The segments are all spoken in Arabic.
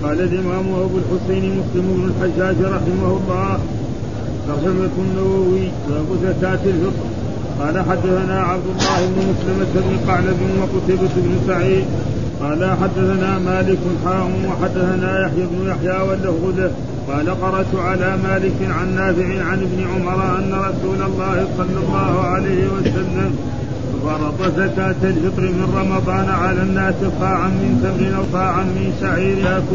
قال الإمام أبو الحسين مسلم بن الحجاج رحمه الله ترجمة النووي باب زكاة الفطر. قال حدثنا عبد الله بن مسلمة بن قعنب وقتيبة بن سعيد قال حدثنا مالك وحدثنا يحيى بن يحيى واللفظ له قال قرأت على مالك عن نافع عن ابن عمر أن رسول الله صلى الله عليه وسلم فرض زكاة الفطر من رمضان على الناس صاعا من تمر أو صاعا من شعير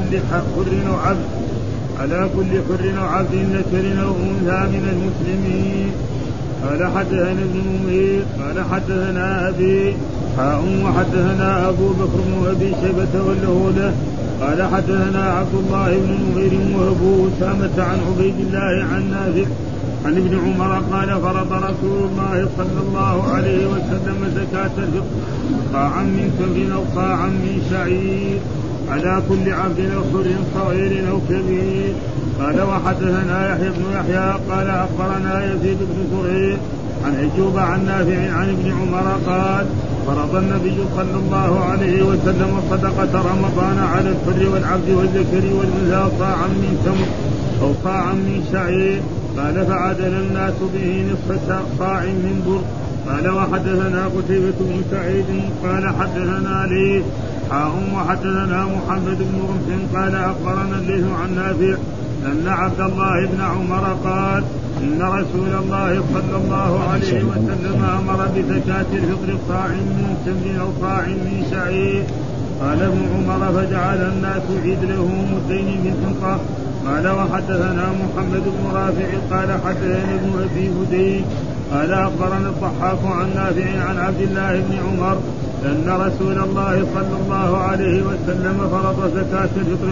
على كل حر أو عبد ذكر أو أنثى من المسلمين. قال حدثنا ابن نمير قال حدثنا أبي وحدثنا أبو بكر بن أبي شيبة واللهولة قال حدثنا عبد الله بن نمير وأبو أسامة عن عبيد الله عن نافع عن ابن عمر قال فرض رسول الله صلى الله عليه وسلم زكاة الفطر صاعا من تمر أو صاعا من شعير على كل عبد أو حر صغير أو كبير. قال وحدثنا يحيى بن يحيى قال أخبرنا يزيد بن زريع عن أيوب عن نافع عن ابن عمر قال فرض النبي صلى الله عليه وسلم صدقة رمضان على الحر والعبد والذكر والأنثى صاعا من تمر أو صاعا من شعير. قال فعدل الناس به نصف صاع من بر. قال وحدثنا قتيبة بن سعيد قال حدثنا لي وحدثنا محمد بن رمح قال أخبرنا الليث عن نافع أن عبد الله بن عمر قال إن رسول الله صلى الله عليه وسلم أمر بزكاة الفطر صاع من تمر أو صاع من شعير. قال ابن عمر فجعل الناس عدله مدين من حنطة. قال وحدثنا محمد بن رافع قال حدثنا ابن أبي هدي قال أخبرنا الضحاك عن نافع عن عبد الله بن عمر أن رسول الله صلى الله عليه وسلم فرض زكاة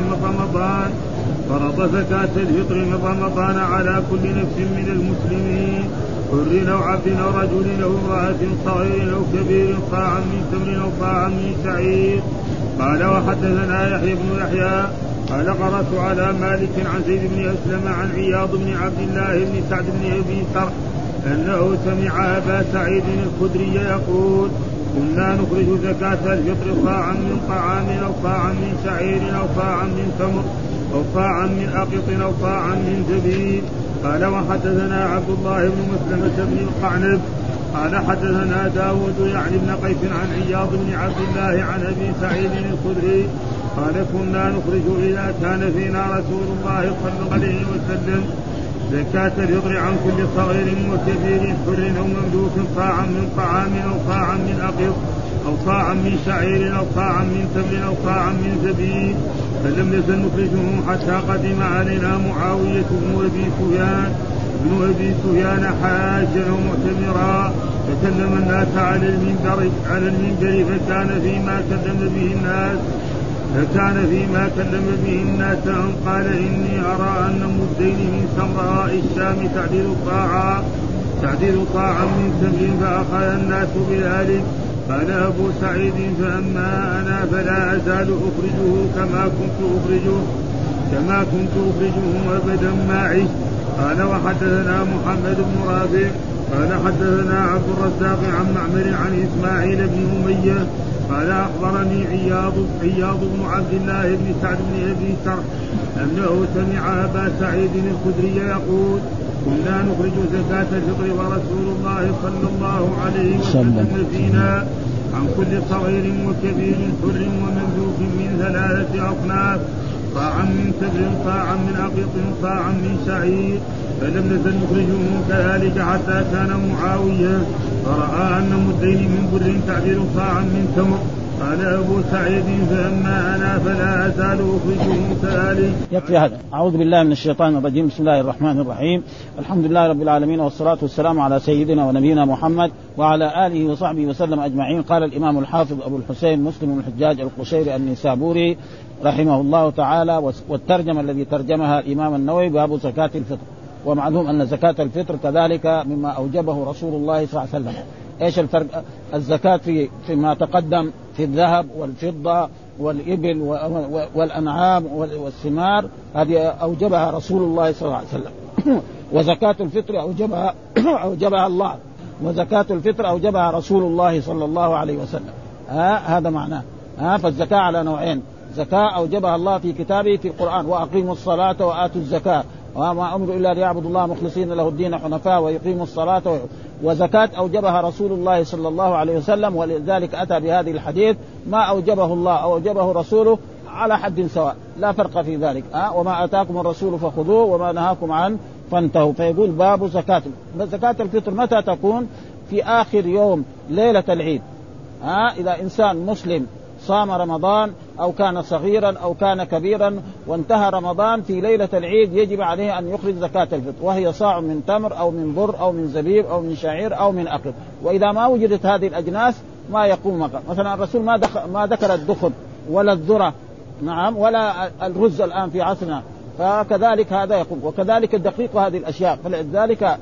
الفطر من رمضان على كل نفس من المسلمين حر أو عبد أو رجل أو امرأة صغير أو كبير صاعا من تمر أو صاعا من شعير. قال وحدثنا يحيى بن يحيى قال قرأت على مالك عن زيد بن أسلم عن عياض بن عبد الله بن سعد بن أبي سرح أنه سمع أبا سعيد الخدري يقول كنا نخرج زكاة الفطر صاعا من طعام أو صاعا من شعير أو صاعا من تمر أو صاعا من أقط أو صاعا من زبيب. قال وحدثنا عبد الله بن مسلمة بن القعنب قال حدثنا داود يعني بن قيس عن عياض بن عبد الله عن أبي سعيد الخدري قال كنا نخرج إذا كان فينا رسول الله صلى الله عليه وسلم زكاة الفطر عن كل صغير وكبير حر أو مملوك صاعا من طعام أو صاعا من أقط أو صاعا من شعير أو صاعا من تمر أو صاعا من زبيب. فلم نزل نخرجه حتى قدم علينا معاوية بن أبي سفيان حاجا ومعتمرا فكلم الناس على المنبر فكان فيما كلم به الناس أن قال إني أرى أن مدين من سمراء الشام تعديل طاعا من تمر فأخذ الناس بذلك. قال أبو سعيد فأما أنا فلا أزال أخرجه كما كنت أخرجه أبدا ما عشت. قال وحدثنا محمد بن رافع قال حدثنا عبد الرزاق عن معمر عن إسماعيل بن أمية قال أخبرني عياض بن عبد الله بن سعد بن أبي سرح أنه سمع أبا سعيد الخدري يقول كنا نخرج زكاة الفطر ورسول الله صلى الله عليه وسلم فينا عن كل صغير وكبير حر ومملوك من 3 أصناف صاعا من تمر صاعا من أقط صاعا من شعير. فلم نزل نخرجه كذلك حتى كان معاوية فرأى أن مدين من بر تعديل صاعا من تمر. قال أبو سعيد فأما أنا فلا أزال أخرجه كذلك. يكفي هذا. أعوذ بالله من الشيطان الرجيم. بسم الله الرحمن الرحيم. الحمد لله رب العالمين والصلاة والسلام على سيدنا ونبينا محمد وعلى آله وصحبه وسلم أجمعين. قال الإمام الحافظ أبو الحسين مسلم بن الحجاج القشيري النيسابوري رحمه الله تعالى. والترجمة الذي ترجمها الإمام النووي باب زكاة الفطر. ومعلوم أن زكاة الفطر كذلك مما أوجبه رسول الله صلى الله عليه وسلم. إيش الفرق؟ الزكاة فيما تقدم في الذهب والفضة والإبل والأنعام والثمار هذه أوجبها رسول الله صلى الله عليه وسلم. وزكاة الفطر أوجبها الله، وزكاة الفطر أوجبها رسول الله صلى الله عليه وسلم. هذا معناه. فالزكاة على نوعين: زكاة أوجبها الله في كتابه في القرآن: وأقيموا الصلاة وآتوا الزكاة وما أمروا إلا ليعبدوا الله مخلصين له الدين حنفاء ويقيموا الصلاة. وزكاة أوجبها رسول الله صلى الله عليه وسلم، ولذلك أتى بهذه الحديث: ما أوجبه الله أو أوجبه رسوله على حد سواء لا فرق في ذلك. وما آتاكم الرسول فخذوه وما نهاكم عنه فانتهوا. فيقول: باب زكاة الفطر متى تكون؟ في آخر يوم ليلة العيد. إذا إنسان مسلم صام رمضان أو كان صغيرا أو كان كبيرا وانتهى رمضان في ليلة العيد يجب عليه أن يخرج زكاة الفطر، وهي صاع من تمر أو من بر أو من زبيب أو من شعير أو من أقط. وإذا ما وجدت هذه الأجناس ما يقوم مقام. مثلا الرسول ما ذكر الدخن ولا الذرة، نعم، ولا الرز الآن في عصرنا، فكذلك هذا يقوم. وكذلك الدقيق وهذه الأشياء. فلذلك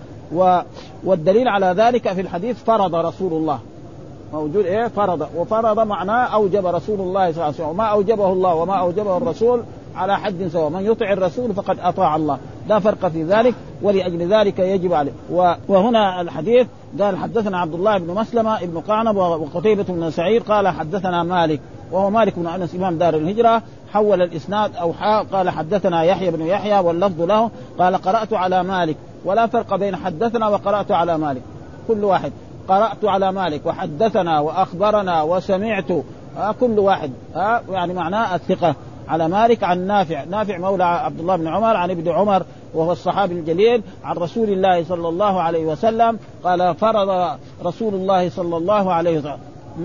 والدليل على ذلك في الحديث: فرض رسول الله. موجود فرض، وفرض معناه أوجب رسول الله صلى الله عليه وسلم، وما أوجبه الله وما أوجبه الرسول على حد سواء. من يطع الرسول فقد أطاع الله، لا فرق في ذلك، ولأجل ذلك يجب عليه. وهنا الحديث قال: حدثنا عبد الله بن مسلمة ابن قعنب وقتيبة بن سعيد قال: حدثنا مالك، وهو مالك بن أنس إمام دار الهجرة. حول الإسناد أو قال: حدثنا يحيى بن يحيى واللفظ له قال: قرأت على مالك. ولا فرق بين حدثنا وقرأت على مالك، كل واحد. قرأت على مالك وحدثنا وأخبرنا وسمعت، كل واحد يعني معناه الثقة. على مالك عن نافع مولى عبد الله بن عمر عن ابن عمر وهو الصحابي الجليل عن رسول الله صلى الله عليه وسلم قال: فرض رسول الله صلى الله عليه وسلم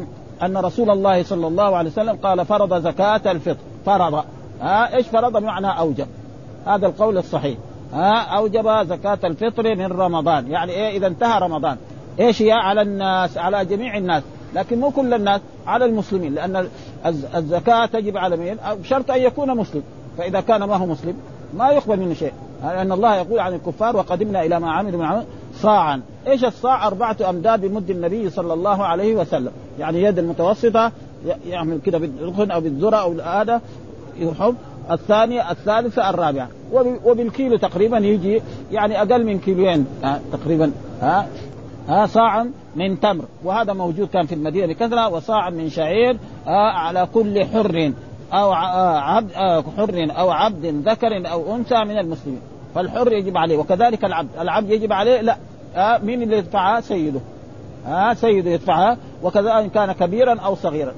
أن رسول الله صلى الله عليه وسلم قال: فرض زكاة الفطر. فرض إيش فرض؟ بمعنى أوجب. هذا القول الصحيح. أوجب زكاة الفطر من رمضان، يعني إذا انتهى رمضان. إيش هي؟ على الناس، على جميع الناس، لكن مو كل الناس، على المسلمين، لأن الزكاة تجب على مين؟ بشرط أن يكون مسلم. فإذا كان ما هو مسلم ما يقبل منه شيء، لأن الله يقول عن الكفار: وقدمنا إلى ما عملوا من عمل صاعا. إيش الصاع؟ 4 أمداد بمد النبي صلى الله عليه وسلم، يعني يد المتوسطة يعمل كده بالرخن أو بالذرة أو هذا يحب، الثانية الثالثة الرابعة، وبالكيلو تقريبا يجي يعني أقل من كيلوين تقريبا. صاعا من تمر، وهذا موجود كان في المدينة بكثرة. وصاعا من شعير على كل حر أو عبد ذكر أو أنثى من المسلمين. فالحر يجب عليه، وكذلك العبد يجب عليه. لا، مين اللي يدفعها؟ سيده. سيده يدفعها، وكذا إن كان كبيرا أو صغيرا.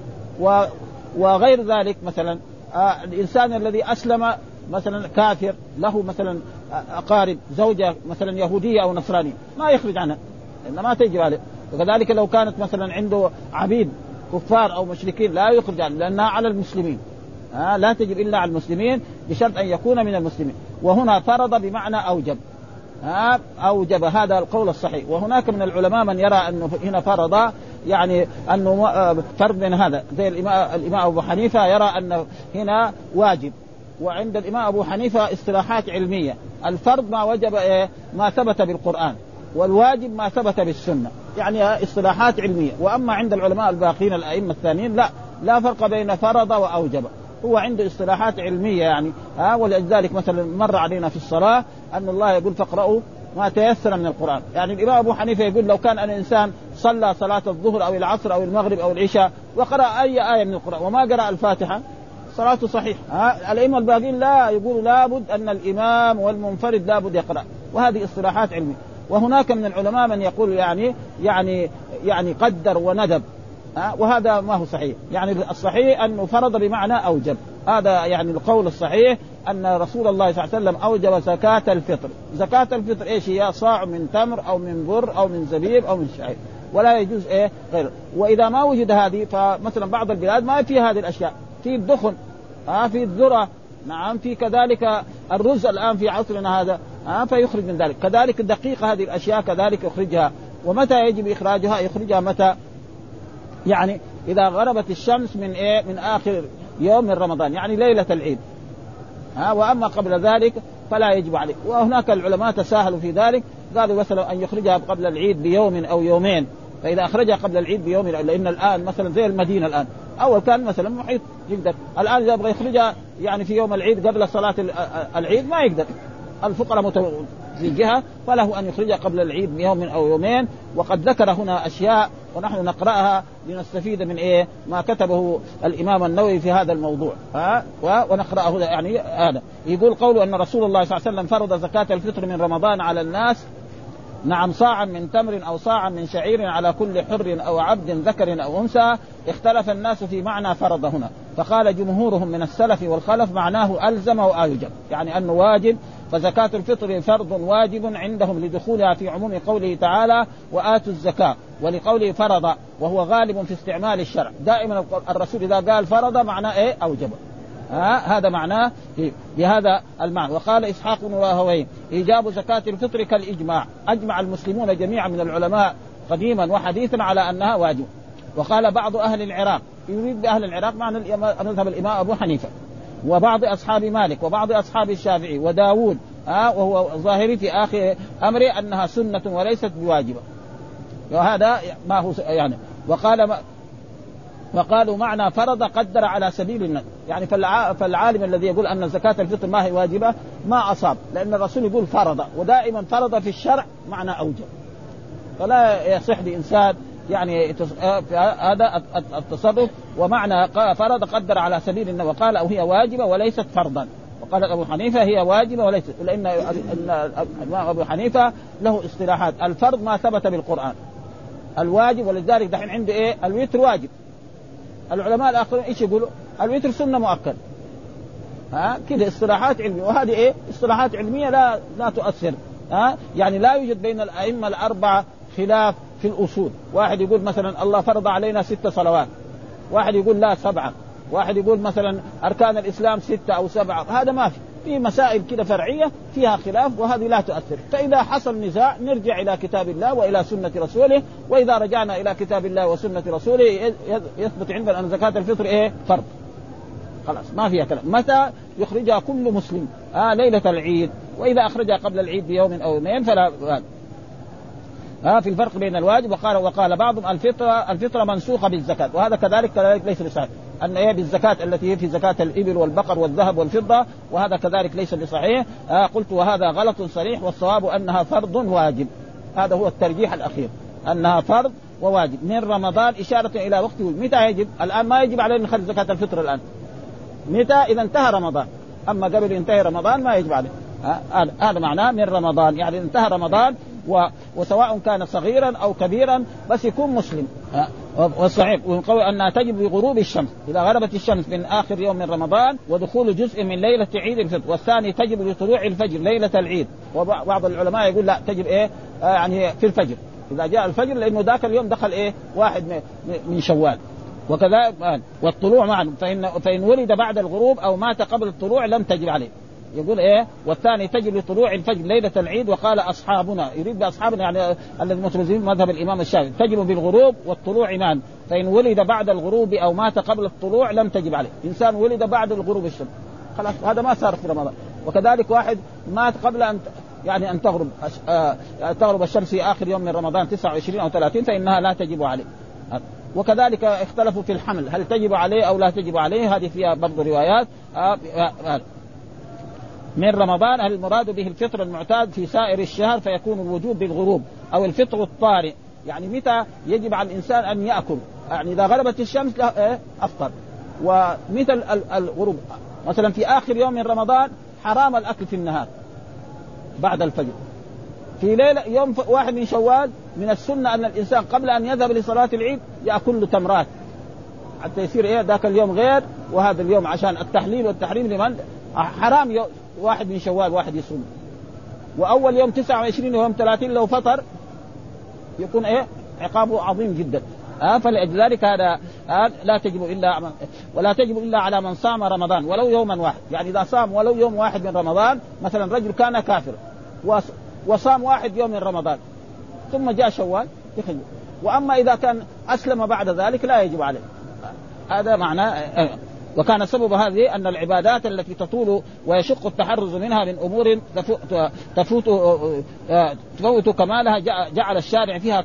وغير ذلك مثلا الإنسان الذي أسلم مثلا كافر، له مثلا أقارب، زوجة مثلا يهودية أو نصرانية، ما يخرج عنها، إنما تجب عليه. وكذلك لو كانت مثلا عنده عبيد كفار أو مشركين لا يخرج عنها، لأنها على المسلمين. لا تجب إلا على المسلمين بشرط أن يكون من المسلمين. وهنا فرض بمعنى أوجب. أوجب، هذا القول الصحيح. وهناك من العلماء من يرى أنه هنا فرض يعني أنه فرض من هذا، زي الإمام أبو حنيفة يرى أنه هنا واجب. وعند الإمام أبو حنيفة اصطلاحات علمية: الفرض ما وجب ما ثبت بالقرآن، والواجب ما ثبت بالسنة، يعني اصطلاحات علمية. وأما عند العلماء الباقين الأئمة الثانيين لا فرق بين فرض وأوجب، هو عنده اصطلاحات علمية يعني. ولذلك مثلا مر علينا في الصلاة أن الله يقول: فاقرأوا ما تيسر من القرآن. يعني الإمام أبو حنيفة يقول: لو كان الإنسان صلى صلاة الظهر أو العصر أو المغرب أو العشاء وقرأ أي آية من القرآن وما قرأ الفاتحة صلاته صحيح. الأئمة الباقين لا، يقولوا لابد أن الإمام والمنفرد لابد يقرأ. وهذه اصطلاحات علمية. وهناك من العلماء من يقول يعني قدر وندب، وهذا ما هو صحيح. يعني الصحيح أنه فرض بمعنى أوجب. هذا يعني القول الصحيح أن رسول الله صلى الله عليه وسلم أوجب زكاة الفطر. زكاة الفطر إيش هي؟ صاع من تمر أو من بر أو من زبيب أو من شعير، ولا يجوز غيره. وإذا ما وجد هذه، فمثلا بعض البلاد ما في هذه الأشياء، في الدخن، في الذرة، نعم، في كذلك الرز الآن في عصرنا هذا، فيخرج من ذلك. كذلك الدقيقة، هذه الأشياء كذلك يخرجها. ومتى يجب إخراجها؟ يخرجها متى؟ يعني إذا غربت الشمس من آخر يوم من رمضان، يعني ليلة العيد. وأما قبل ذلك فلا يجب عليه. وهناك العلماء تساهلوا في ذلك، قالوا مثلا أن يخرجها قبل العيد بيوم أو يومين. فإذا أخرجها قبل العيد بيوم، لأن الآن مثلا زي المدينة الآن، أول كان مثلا محيط يقدر، الآن إذا يبغى يخرجها يعني في يوم العيد قبل صلاة العيد ما يقدر. الفقراء في جهة، فله أن يخرجها قبل العيد بيوم أو يومين. وقد ذكر هنا أشياء ونحن نقرأها لنستفيد من ما كتبه الإمام النووي في هذا الموضوع. ونقرأه يعني هذا يقول قوله أن رسول الله صلى الله عليه وسلم فرض زكاة الفطر من رمضان على الناس، نعم، صاعا من تمر أو صاعا من شعير على كل حر أو عبد ذكر أو أنثى. اختلف الناس في معنى فرض هنا، فقال جمهورهم من السلف والخلف معناه ألزم وأوجب، يعني أنه واجب. فزكاة الفطر فرض واجب عندهم لدخولها في عموم قوله تعالى وآتوا الزكاة، ولقوله فرض وهو غالب في استعمال الشرع. دائما الرسول إذا قال فرض معناه أوجب، هذا معناه بهذا المعنى. وقال إسحاق بن راهويه إيجاب زكاة الفطر كالإجماع، أجمع المسلمون جميعا من العلماء قديما وحديثا على أنها واجب. وقال بعض أهل العراق، يريد بأهل العراق معنى مذهب الإمام أبو حنيفة وبعض أصحاب مالك وبعض أصحاب الشافعي وداود وهو ظاهري في آخر أمره أنها سنة وليست بواجبة. وهذا ما هو يعني. وقالوا معنى فرض قدر على سبيل النذر، يعني فالعالم الذي يقول أن زكاة الفطر ما هي واجبة ما أصاب، لأن الرسول يقول فرض، ودائما فرض في الشرع معنى أوجب، فلا يصح لإنسان يعني هذا التصرف. ومعنى فرض قدر على سبيل النذر، وقال أو هي واجبة وليست فرضا. وقال أبو حنيفة هي واجبة وليست، لأن أبو حنيفة له اصطلاحات. الفرض ما ثبت بالقرآن، الواجب ولذلك دحين عنده الوتر واجب. العلماء الآخرين إيش يقولوا؟ الوتر سنة مؤكد. كده اصطلاحات علمية، وهذه اصطلاحات علمية لا تؤثر. يعني لا يوجد بين الأئمة الأربعة خلاف في الأصول. واحد يقول مثلا الله فرض علينا 6 صلوات، واحد يقول لا 7، واحد يقول مثلا أركان الإسلام 6 أو 7. هذا ما في مسائل كده فرعية فيها خلاف، وهذه لا تؤثر. فإذا حصل نزاع نرجع إلى كتاب الله وإلى سنة رسوله، وإذا رجعنا إلى كتاب الله وسنة رسوله يثبت عندنا أن زكاة الفطر فرض، خلاص ما فيها كلام. متى يخرجها كل مسلم؟ ليلة العيد، وإذا أخرجها قبل العيد بيوم أو يومين فلا. في الفرق بين الواجب. وقال بعضهم الفطرة منسوخة بالزكاة، وهذا كذلك ليس بصحيح، أن بالزكاة التي هي في زكاة الإبل والبقر والذهب والفضة، وهذا كذلك ليس بصحيح. قلت وهذا غلط صريح، والصواب أنها فرض واجب. هذا هو الترجيح الأخير، أنها فرض وواجب من رمضان، إشارة إلى وقته. متى يجب؟ الآن ما يجب علينا نخرج زكاة الفطر الآن، متى؟ إذا انتهى رمضان. أما قبل ينتهي رمضان ما يجب عليه. هذا معناه من رمضان، يعني انتهى رمضان وسواء كان صغيرا أو كبيرا بس يكون مسلم. والصحيح وقول أنها تجب بغروب الشمس، إذا غربت الشمس من آخر يوم من رمضان ودخول جزء من ليلة عيد الفطر. والثاني تجب لطلوع الفجر ليلة العيد. وبعض العلماء يقول لا، تجب يعني في الفجر، إذا جاء الفجر، لأنه ذاك اليوم دخل واحد من شوال. وكذا والطلوع معا، فإن ولد بعد الغروب أو مات قبل الطلوع لم تجب عليه. يقول والثاني تجب لطلوع الفجر ليلة العيد. وقال أصحابنا، يريد بأصحابنا يعني الذين متمسكين مذهب الإمام الشافعي، تجب بالغروب والطلوع معا، فإن ولد بعد الغروب أو مات قبل الطلوع لم تجب عليه. إنسان ولد بعد الغروب الشمس خلاص هذا ما صار في رمضان. وكذلك واحد مات قبل أن تغرب الشمس في آخر يوم من رمضان 29 أو 30 فإنها لا تجب عليه. وكذلك اختلفوا في الحمل، هل تجب عليه أو لا تجب عليه، هذه فيها برضو روايات. من رمضان هل المراد به الفطر المعتاد في سائر الشهر فيكون الوجوب بالغروب، أو الفطر الطارئ، يعني متى يجب على الإنسان أن يأكل، يعني إذا غربت الشمس أفطر. ومثل الغروب مثلا في آخر يوم من رمضان حرام الأكل في النهار بعد الفجر. في ليلة يوم واحد من شوال من السنة أن الإنسان قبل أن يذهب لصلاة العيد يأكل له تمرات حتى يصير ذاك اليوم غير، وهذا اليوم عشان التحليل والتحريم لمن حرام واحد من شوال واحد يصوم. وأول يوم 29 ويوم 30 لو فطر يكون عقابه عظيم جدا. فلذلك هذا لا تجب إلا ولا تجب إلا على من صام رمضان ولو يوما واحد. يعني إذا صام ولو يوم واحد من رمضان، مثلا رجل كان كافر وصام واحد يوم من رمضان ثم جاء شوال يخرج. وأما إذا كان أسلم بعد ذلك لا يجب عليه. هذا معناه. وكان سبب هذه أن العبادات التي تطول ويشق التحرز منها من أمور تفوت كمالها جعل الشارع فيها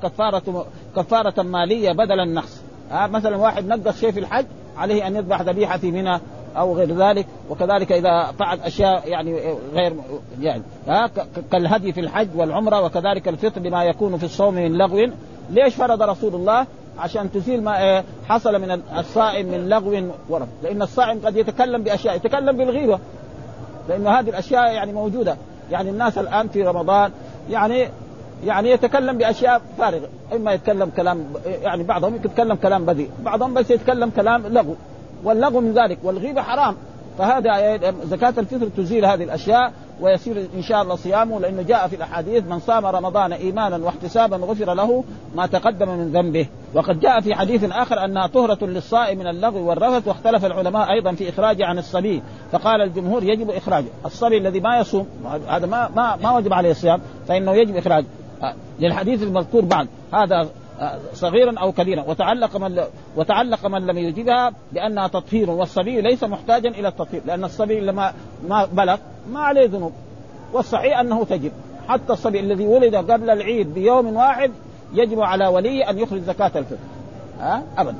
كفارة مالية بدل النقص. مثلا واحد نقص شيء في الحج عليه أن يذبح ذبيحة في منى أو غير ذلك. وكذلك إذا فعل أشياء يعني غير يعني كالهدي في الحج والعمرة، وكذلك الفطر بما يكون في الصوم من لغو. ليش فرض رسول الله؟ عشان تزيل ما حصل من الصائم من لغو ورفث، لأن الصائم قد يتكلم بأشياء، يتكلم بالغيبة، لأن هذه الأشياء يعني موجودة. يعني الناس الآن في رمضان يعني يتكلم بأشياء فارغة، إما يتكلم كلام يعني بعضهم يتكلم كلام بذيء، بعضهم بس يتكلم كلام لغو، واللغو من ذلك، والغيبة حرام. فهذا زكاة الفطر تزيل هذه الأشياء ويصير إن شاء الله صيامه، لأنه جاء في الأحاديث من صام رمضان إيمانا واحتسابا غفر له ما تقدم من ذنبه. وقد جاء في حديث آخر أنها طهرة للصائم من اللغو والرفث. واختلف العلماء أيضا في إخراجه عن الصبي، فقال الجمهور يجب إخراجه. الصبي الذي ما يصوم هذا ما وجب عليه الصيام، فإنه يجب إخراجه للحديث المذكور بعد هذا صغيرا أو كبيرا. وتعلق من لم يجبها بأنها تطهير، والصبي ليس محتاجا إلى التطهير، لأن الصبي لما ما بلغ ما عليه ذنوب. والصحيح أنه تجب، حتى الصبي الذي ولد قبل العيد بيوم واحد يجب على ولي أن يخرج زكاة الفطر أبدا.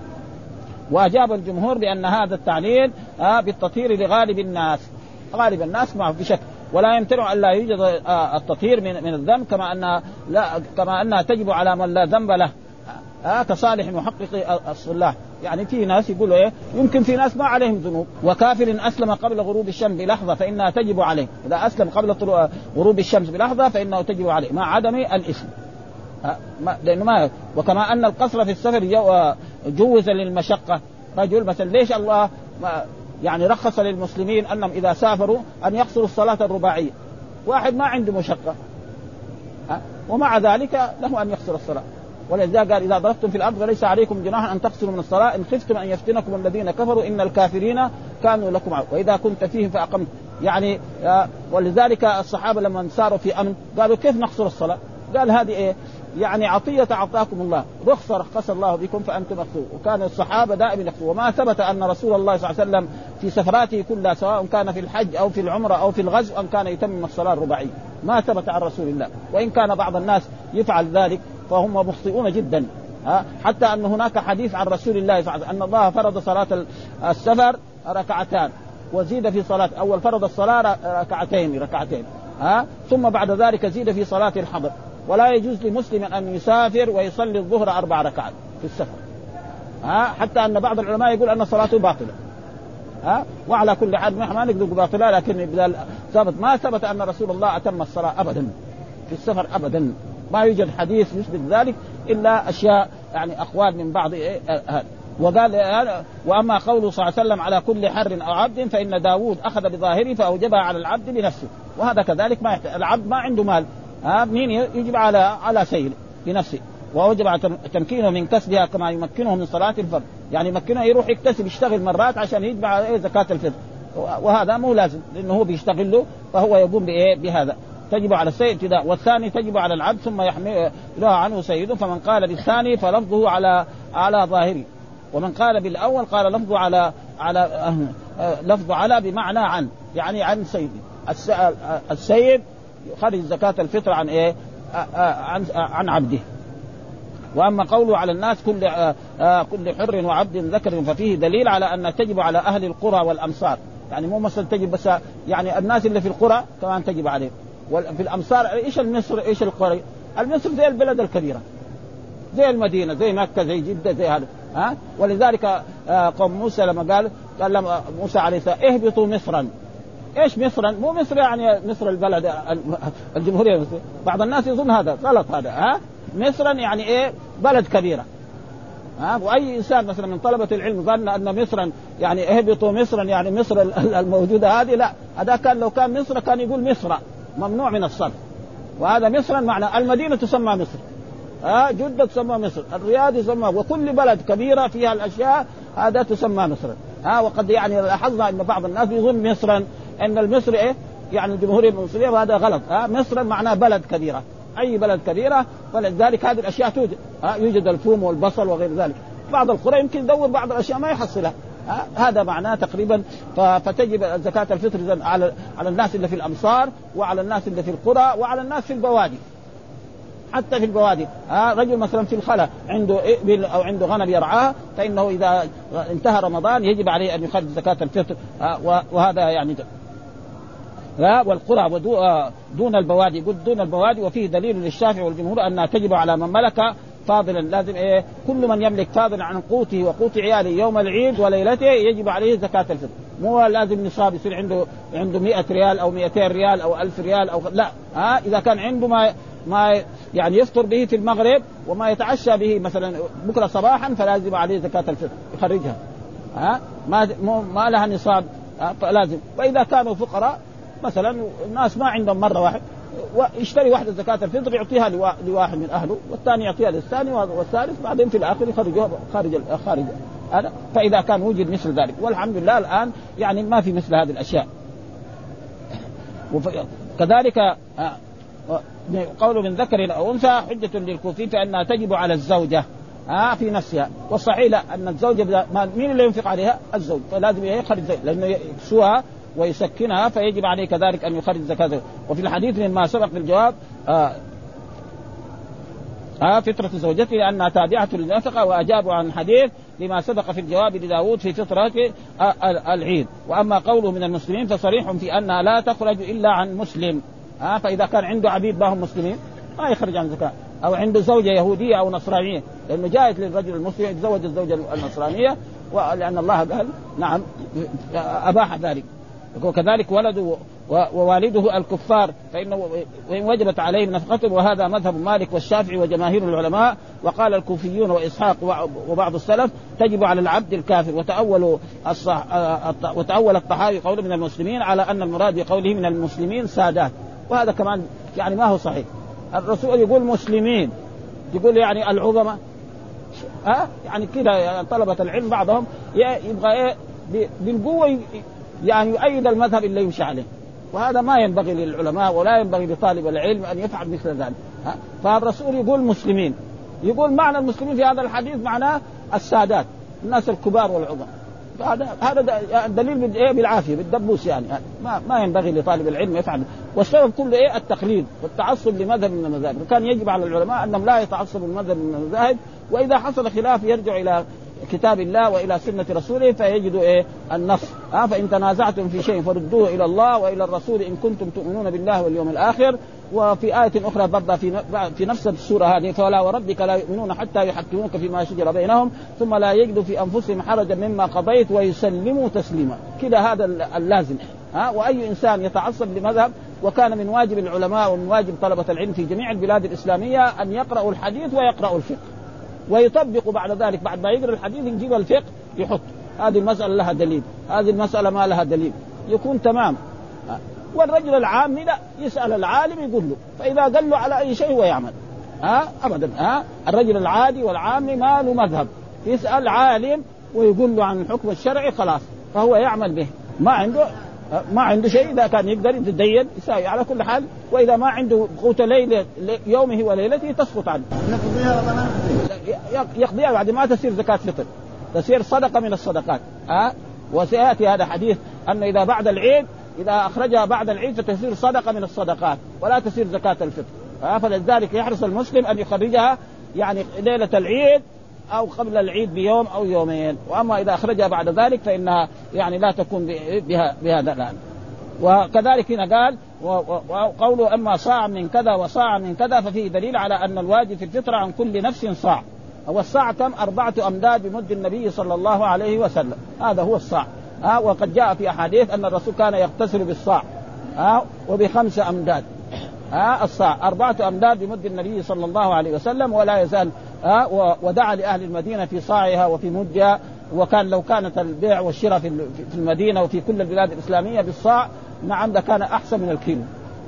وأجاب الجمهور بأن هذا التعليل بالتطهير لغالب الناس، غالب الناس معه بشكل، ولا يمتنع أن لا يوجد التطهير من الذنب، كما أنها تجب على من لا ذنب له كصالح محقق الصلاح. يعني في ناس يقولوا يمكن في ناس ما عليهم ذنوب، وكافر أسلم قبل غروب الشمس بلحظة فإنها تجب عليه، إذا أسلم قبل غروب الشمس بلحظة فإنه تجب عليه مع عدم الإثم، لأنه ما. وكما أن القصر في السفر جوز للمشقة. رجل مثلا ليش الله يعني رخص للمسلمين أنهم إذا سافروا أن يقصروا الصلاة الرباعية؟ واحد ما عنده مشقة ومع ذلك له أن يقصر الصلاة. ولذلك قال إذا ضربتم في الأرض فليس عليكم جناح أن تقصروا من الصلاة إن خفتم أن يفتنكم الذين كفروا إن الكافرين كانوا لكم عدوا وإذا كنت فيهم فأقمت. يعني ولذلك الصحابة لما ساروا في أمن قالوا كيف نقصر الصلاة؟ قال هذه يعني عطية أعطاكم الله، رخصة رخص الله بكم فأنتم مقصور. وكان الصحابة دائما يقصروا. وما ثبت أن رسول الله صلى الله عليه وسلم في سفراته كلها سواء كان في الحج أو في العمرة أو في الغزو أن كان يتمم الصلاة الرباعية، ما ثبت عن رسول الله. وإن كان بعض الناس يفعل ذلك فهم مخطئون جدا. حتى أن هناك حديث عن رسول الله صلى الله عليه وسلم أن الله فرض صلاة السفر ركعتان، وزيد في صلاة أول فرض الصلاة ركعتين ثم بعد ذلك زيد في صلاة الحضر. ولا يجوز لمسلم أن يسافر ويصلي الظهر 4 ركعات في السفر، حتى أن بعض العلماء يقول أن صلاته باطلة. وعلى كل حال ما نقدر باطلة، لكن ما ثبت أن رسول الله أتم الصلاة أبدا في السفر أبدا، ما يوجد حديث يثبت ذلك إلا أشياء يعني أقوال من بعض وقال وأما قوله صلى الله عليه وسلم على كل حر أو عبد فإن داود أخذ بظاهره فأوجبها على العبد بنفسه. وهذا كذلك ما يحتاج. العبد ما عنده مال مين يجب على سيد بنفسه، ووجب على تمكينه من كسبها كما يمكنه من صلاة الفرض، يعني يمكنه يروح يكتسب يشتغل مرات عشان يتبع زكاة الفطر، وهذا مو لازم لأنه هو بيشتغل له فهو يقوم بهذا. تجب على السيد ابتداء، والثاني تجب على العبد ثم يحملها عنه سيده. فمن قال بالثاني فلفظه على ظاهره، ومن قال بالأول قال لفظه على بمعنى عن، يعني عن سيده. السيد خرج زكاة الفطر عن عن عبده. وأما قوله على الناس كل حر وعبد ذكر ففيه دليل على أن تجب على أهل القرى والأمصار، يعني مو مثلا تجب بس يعني الناس اللي في القرى كمان تجب عليهم. وفي الأمصار إيش المصر إيش القرى؟ المصر زي البلد الكبيرة زي المدينة زي مكة زي جدة زي هذا. ولذلك قوم موسى لما قال موسى عليه السلام اهبطوا مصرا. ايش مصرا؟ مو مصر يعني مصر البلد الجمهورية المصرية، بعض الناس يظن هذا غلط. هذا مصرا يعني ايه؟ بلد كبيرة. واي انسان مثلا من طلبة العلم ظن ان مصرا يعني اهبطوا مصرا يعني مصر الموجودة هذه، لا، هذا كان لو كان مصر كان يقول مصر، ممنوع من الصرف. وهذا مصرا معنى المدينة تسمى مصر، جدة تسمى مصر، الرياض يسمى، وكل بلد كبيرة فيها الأشياء هذا تسمى مصر. وقد يعني لاحظنا أن بعض الناس يظن مصرا أن المصر يعني الجمهورية المصرية، وهذا غلط. مصر معناه بلد كبيرة، أي بلد كبيرة، فلذلك هذه الأشياء توجد. يوجد الفوم والبصل وغير ذلك. بعض القرى يمكن يدور بعض الأشياء ما يحصلها. هذا معناه تقريبا. فتجب زكاة الفطر على الناس اللي في الأمصار وعلى الناس اللي في القرى وعلى الناس في البوادي. حتى في البوادي. رجل مثلا في الخلا عنده إبل أو عنده غنم يرعاها، فإنه إذا انتهى رمضان يجب عليه أن يخرج زكاة الفطر. وهذا يعني والقرى دون البوادي، يقول دون البوادي. وفيه دليل للشافعي والجمهور أنها تجب على من ملك فاضلا، لازم كل من يملك فاضلا عن قوته وقوت عياله يوم العيد وليلته يجب عليه زكاة الفطر. مو لازم نصاب يصير عنده 100 ريال أو 200 ريال أو 1000 ريال أو لا. إذا كان عنده ما يعني يفطر به في المغرب وما يتعشى به مثلا بكرة صباحا فلازم عليه زكاة الفطر يخرجها. ما لها نصاب فلازم. وإذا كانوا فقراء مثلا الناس ما عندهم مرة واحد ويشتري واحدة زكاة الفطر يعطيها لواحد من أهله والثاني يعطيها للثاني والثالث، بعدين في الآخر يخرجوها خارج هذا. فإذا كان وجد مثل ذلك، والحمد لله الآن يعني ما في مثل هذه الأشياء. كذلك قول من ذكر أو أنثى حجة للكوفي فإنها تجب على الزوجة في نفسها، والصحيح لا، أن الزوجة مين اللي ينفق عليها؟ الزوج، فلازم يخرج لأنه يكسوها ويسكنها، فيجب عليه كذلك أن يخرج زكاة. وفي الحديث مما سبق في الجواب فطرة زوجته لأنها تابعة للنفقة، وأجابوا عن حديث لما سبق في الجواب لداود في فطرة العيد. وأما قوله من المسلمين فصريح في أنها لا تخرج إلا عن مسلم. فإذا كان عنده عبيد ما هم مسلمين ما يخرج عن زكاة، أو عنده زوجة يهودية أو نصرانية، لأنه جائز للرجل المسلم يتزوج الزوجة النصرانية، ولأن الله قال نعم أباح ذلك. وكذلك ولده ووالده الكفار فإنه وإن وجبت عليهم نفقته، وهذا مذهب مالك والشافعي وجماهير العلماء. وقال الكوفيون وإسحاق وبعض السلف تجب على العبد الكافر. وتأول الطحاوي قول من المسلمين على أن المراد بقوله من المسلمين سادات، وهذا كمان يعني ما هو صحيح. الرسول يقول مسلمين، يقول يعني العظماء يعني كده. طلبة العلم بعضهم يبغى بالقوة يعني يؤيد المذهب اللي يمشي عليه، وهذا ما ينبغي للعلماء ولا ينبغي لطالب العلم أن يفعل مثل ذلك. فالرسول يقول مسلمين، يقول معنى المسلمين في هذا الحديث معناه السادات، الناس الكبار والعظماء. هذا دليل بالعافية بالدبوس، يعني ما ينبغي لطالب العلم يفعل. والسبب كله التقليد والتعصب لمذهب من المذاهب. وكان يجب على العلماء أنهم لا يتعصبوا المذهب من المذاهب، وإذا حصل خلاف يرجع إلى كتاب الله وإلى سنة رسوله فيجدوا النص. فإن تنازعتم في شيء فردوه إلى الله وإلى الرسول إن كنتم تؤمنون بالله واليوم الآخر. وفي آية أخرى برضه في نفس السورة هذه فلا وربك لا يؤمنون حتى يحكموك فيما شجر بينهم ثم لا يجدوا في أنفسهم حرجا مما قضيت ويسلموا تسليما. كده هذا اللازم. وأي إنسان يتعصب لمذهب، وكان من واجب العلماء ومن واجب طلبة العلم في جميع البلاد الإسلامية أن يقرأوا الحديث ويقرأوا الفقه ويطبقوا بعد ذلك. بعد ما يقرأ الحديث يجيب الفقه يحط هذه المسألة لها دليل، هذه المسألة ما لها دليل، يكون تمام. والرجل العام لا، يسأل العالم يقول له، فإذا قال له على أي شيء هو يعمل. أبدا. الرجل العادي والعام ما له مذهب، يسأل عالم ويقول له عن الحكم الشرعي خلاص فهو يعمل به. ما عنده شيء، إذا كان يقدر يتدين يساوي على كل حال، وإذا ما عنده قوت يومه وليلته تسقط عنه. يقضيها بعد ما تصير زكاة فطر، تصير صدقة من الصدقات. وسيأتي هذا حديث أنه إذا بعد العيد إذا أخرجها بعد العيد فتصير صدقة من الصدقات ولا تصير زكاة الفطر. فلذلك يحرص المسلم أن يخرجها يعني ليلة العيد أو قبل العيد بيوم أو يومين. وأما إذا أخرجها بعد ذلك فإنها يعني لا تكون بهذا الآن. وكذلك هنا قال وقوله أما صاع من كذا وصاع من كذا ففيه دليل على أن الواجب في الفطرة عن كل نفس صاع. والصاع كم؟ 4 أمداد بمد النبي صلى الله عليه وسلم، هذا هو الصاع. وقد جاء في أحاديث أن الرسول كان يغتسل بالصاع وب5 أمداد. الصاع 4 أمداد بمد النبي صلى الله عليه وسلم، ولا يزال ودعا لأهل المدينة في صاعها وفي مدها. وكان لو كانت البيع والشراء في المدينة وفي كل البلاد الإسلامية بالصاع نعم ده كان أحسن من الكيلو.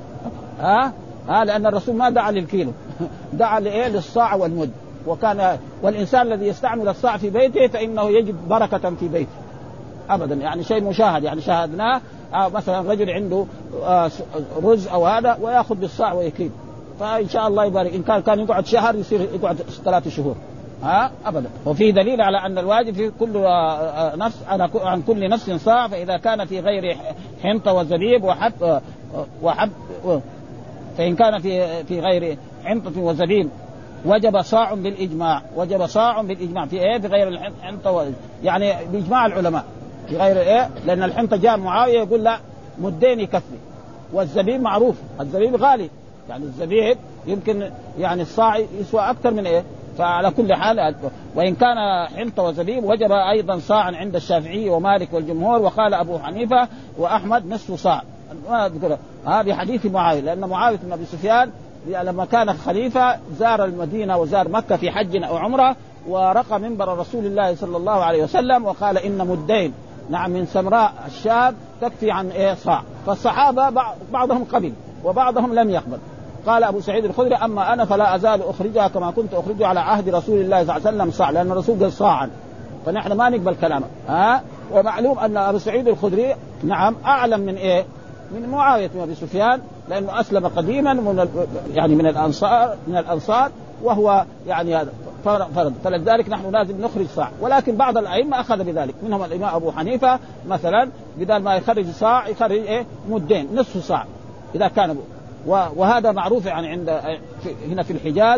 لأن الرسول ما دعا للكيلو دعا للصاع والمد. والإنسان الذي يستعمل الصاع في بيته فإنه يجد بركة في بيته أبدا، يعني شيء مشاهد، يعني شاهدناه. مثلا رجل عنده رز أو هذا ويأخذ بالصاع ويكيل، فإن شاء الله يبارك. إن كان يقعد شهر يصير يقعد 3 شهور أبدا. وفي دليل على أن الواجب في كل نفس عن كل نفس صاع، فإذا كان في غير حنطة وزبيب فإن كان في غير حنطة وزبيب وجب صاع بالإجماع، وجب صاع بالإجماع في إيه؟ في غير الحنطة يعني بإجماع العلماء في غير إيه؟ لأن الحنطة جاء معاوية يقول لا مدين يكفي، والزبيب معروف الزبيب غالي، يعني الزبيب يمكن يعني الصاع يسوى أكثر من إيه. فعلى كل حال وإن كان حنطة وزبيب وجب أيضا صاعا عند الشافعي ومالك والجمهور، وقال أبو حنيفة وأحمد نصف صاع. ما أذكر بحديث معاوية، لأن معاوية بن أبي سفيان لما كان خليفة زار المدينة وزار مكة في حج أو عمرة، ورقى منبر رسول الله صلى الله عليه وسلم وقال إن مدين نعم من سمراء الشاب تكفي عن إيه صاع. فالصحابة بعضهم قبل وبعضهم لم يقبل. قال أبو سعيد الخدري أما أنا فلا أزال أخرجها كما كنت أخرجها على عهد رسول الله صلى الله عليه وسلم صاع، لأن الرسول قال صاعا، فنحن ما نقبل كلامه. ومعلوم أن أبو سعيد الخدري نعم أعلم من إيه؟ من معاوية بن أبي سفيان، لأنه أسلم قديما يعني من الأنصار وهو يعني هذا فرض، فلذلك نحن لازم نخرج صاع. ولكن بعض الأئمة أخذ بذلك، منهم الإمام أبو حنيفة مثلا بدل ما يخرج صاع يخرج إيه؟ مدين نصف صاع إذا كان وهذا معروف يعني هنا في الحجاز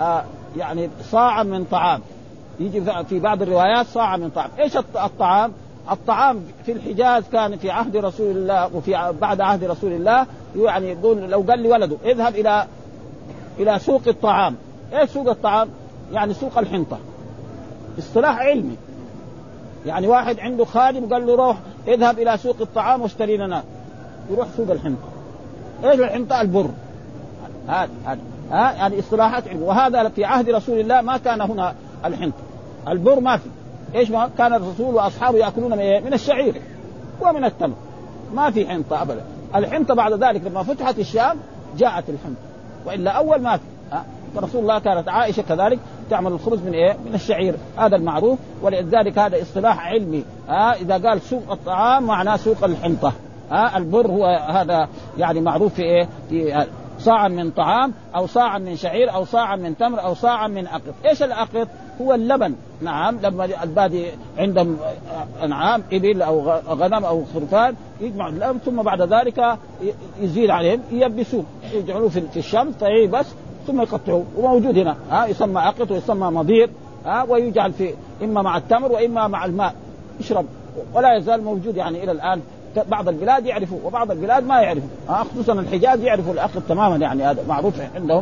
يعني صاع من طعام، يجي في بعض الروايات صاع من طعام. إيش الطعام؟ الطعام في الحجاز كان في عهد رسول الله وفي بعد عهد رسول الله، يعني يقول لو قال لي ولده اذهب إلى سوق الطعام. إيش سوق الطعام؟ يعني سوق الحنطة، اصطلاح علمي. يعني واحد عنده خادم قال له روح اذهب إلى سوق الطعام واشتري لنا، يروح سوق الحنطة. إيش الحنطة؟ البر. هذا يعني اصطلاحات علم. وهذا في عهد رسول الله ما كان هنا الحنطة، البر ما في. إيش ما كان الرسول وأصحابه يأكلون من الشعير ومن التمر، ما في حنطة أبدا. الحنطة بعد ذلك لما فتحت الشام جاءت الحنطة، وإلا أول ما في. رسول الله كانت عائشة كذلك تعمل الخبز من إيه؟ من الشعير، هذا المعروف. ولذلك هذا اصطلاح علمي. إذا قال سوق الطعام معناه سوق الحنطة. البر هو هذا يعني معروف في إيه؟ في صاعا من طعام أو صاعا من شعير أو صاعا من تمر أو صاعا من أقط. إيش الأقط؟ هو اللبن. نعم لما البادي عندهم أنعام إبل أو غنم أو خرفان يجمع اللبن، ثم بعد ذلك يزيد عليهم يبسوه يجعلوه في الشمس طيب بس، ثم يقطعوه. وموجود هنا يسمى أقط ويسمى مضير، ويجعل في إما مع التمر وإما مع الماء يشرب، ولا يزال موجود يعني إلى الآن. بعض البلاد يعرفوا وبعض البلاد ما يعرفوا، خصوصا الحجاز يعرفوا الأقط تماما، يعني هذا معروف عندهم.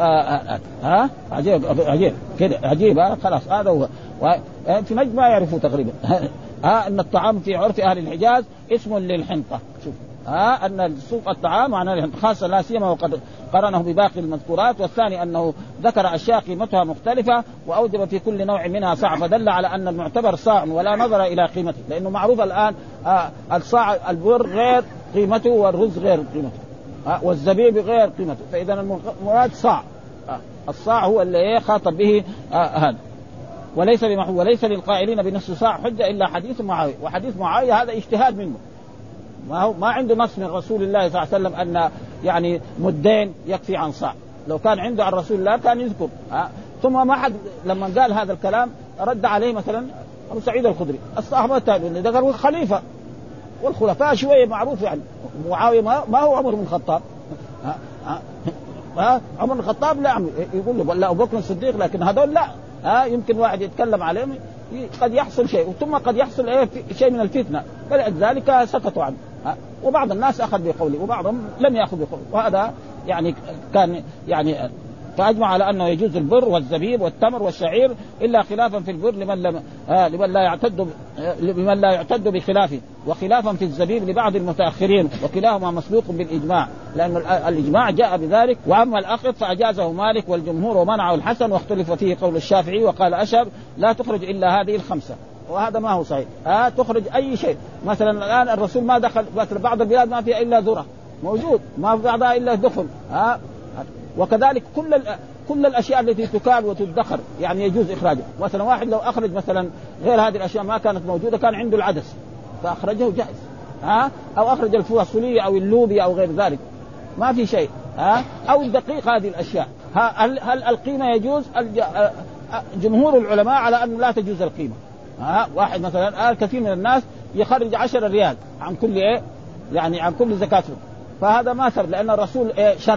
عجيب كده عجيب. خلاص هذا هو. في نجد ما يعرفوا تقريبا أن الطعام في عرف أهل الحجاز اسم للحنطة. شوف أن سوق الطعام معناه خاصة لا سيما وقد قرنه بباقي المذكورات. والثاني أنه ذكر أشياء قيمتها مختلفة وأوجب في كل نوع منها صاع، فدل على أن المعتبر صاع ولا نظر إلى قيمته، لأنه معروف الآن الصاع البر غير قيمته والرز غير قيمته والزبيب غير قيمته، فإذا المراد صاع. الصاع هو اللي خاطب به هذا. وليس بمحو وليس للقائلين بنصف صاع حجة إلا حديث معاوية، وحديث معاوية هذا اجتهاد منه، ما عنده نص من رسول الله صلى الله عليه وسلم أن يعني مدين يكفي عن صاع. لو كان عنده عن رسول الله كان يذكر. ثم ما حد لما قال هذا الكلام رد عليه مثلا أبو سعيد الخدري. الصحابة التابعين اللي ذكروا خليفة، والخلفاء شوية معروف، يعني معاوية ما هو عمر بن الخطاب. عمر بن الخطاب لا يقول له لا أبو بكر الصديق، لكن هذول لا. يمكن واحد يتكلم عليهم قد يحصل شيء، ثم قد يحصل شيء من الفتنة، فلذلك سكتوا عنه. وبعض الناس أخذ بقوله وبعضهم لم يأخذ بقوله، وهذا يعني كان يعني فأجمع على أنه يجوز البر والزبيب والتمر والشعير، إلا خلافا في البر لمن لا يعتد بخلافه، وخلافا في الزبيب لبعض المتأخرين، وكلاهما مسبوق بالإجماع، لأن الإجماع جاء بذلك. وأما الأقط فأجازه مالك والجمهور ومنعه الحسن، واختلف فيه قول الشافعي، وقال أشهب لا تخرج إلا هذه الخمسة، وهذا ما هو صحيح. تخرج أي شيء. مثلا الآن الرسول ما دخل بعض البلاد ما فيها إلا ذرة موجود، ما في بعضها إلا دخن. وكذلك كل الأشياء التي تكال وتدخر يعني يجوز إخراجها. مثلا واحد لو أخرج مثلا غير هذه الأشياء ما كانت موجودة، كان عنده العدس فأخرجه جائز، أو أخرج الفاصولية أو اللوبيا أو غير ذلك ما في شيء، أو الدقيق. هذه الأشياء هل القيمة يجوز؟ جمهور العلماء على أن لا تجوز القيمة. واحد مثلا كثير من الناس يخرج 10 ريال عن كل يعني عن كل زكاة، فهذا ما ثبت، لأن الرسول شرع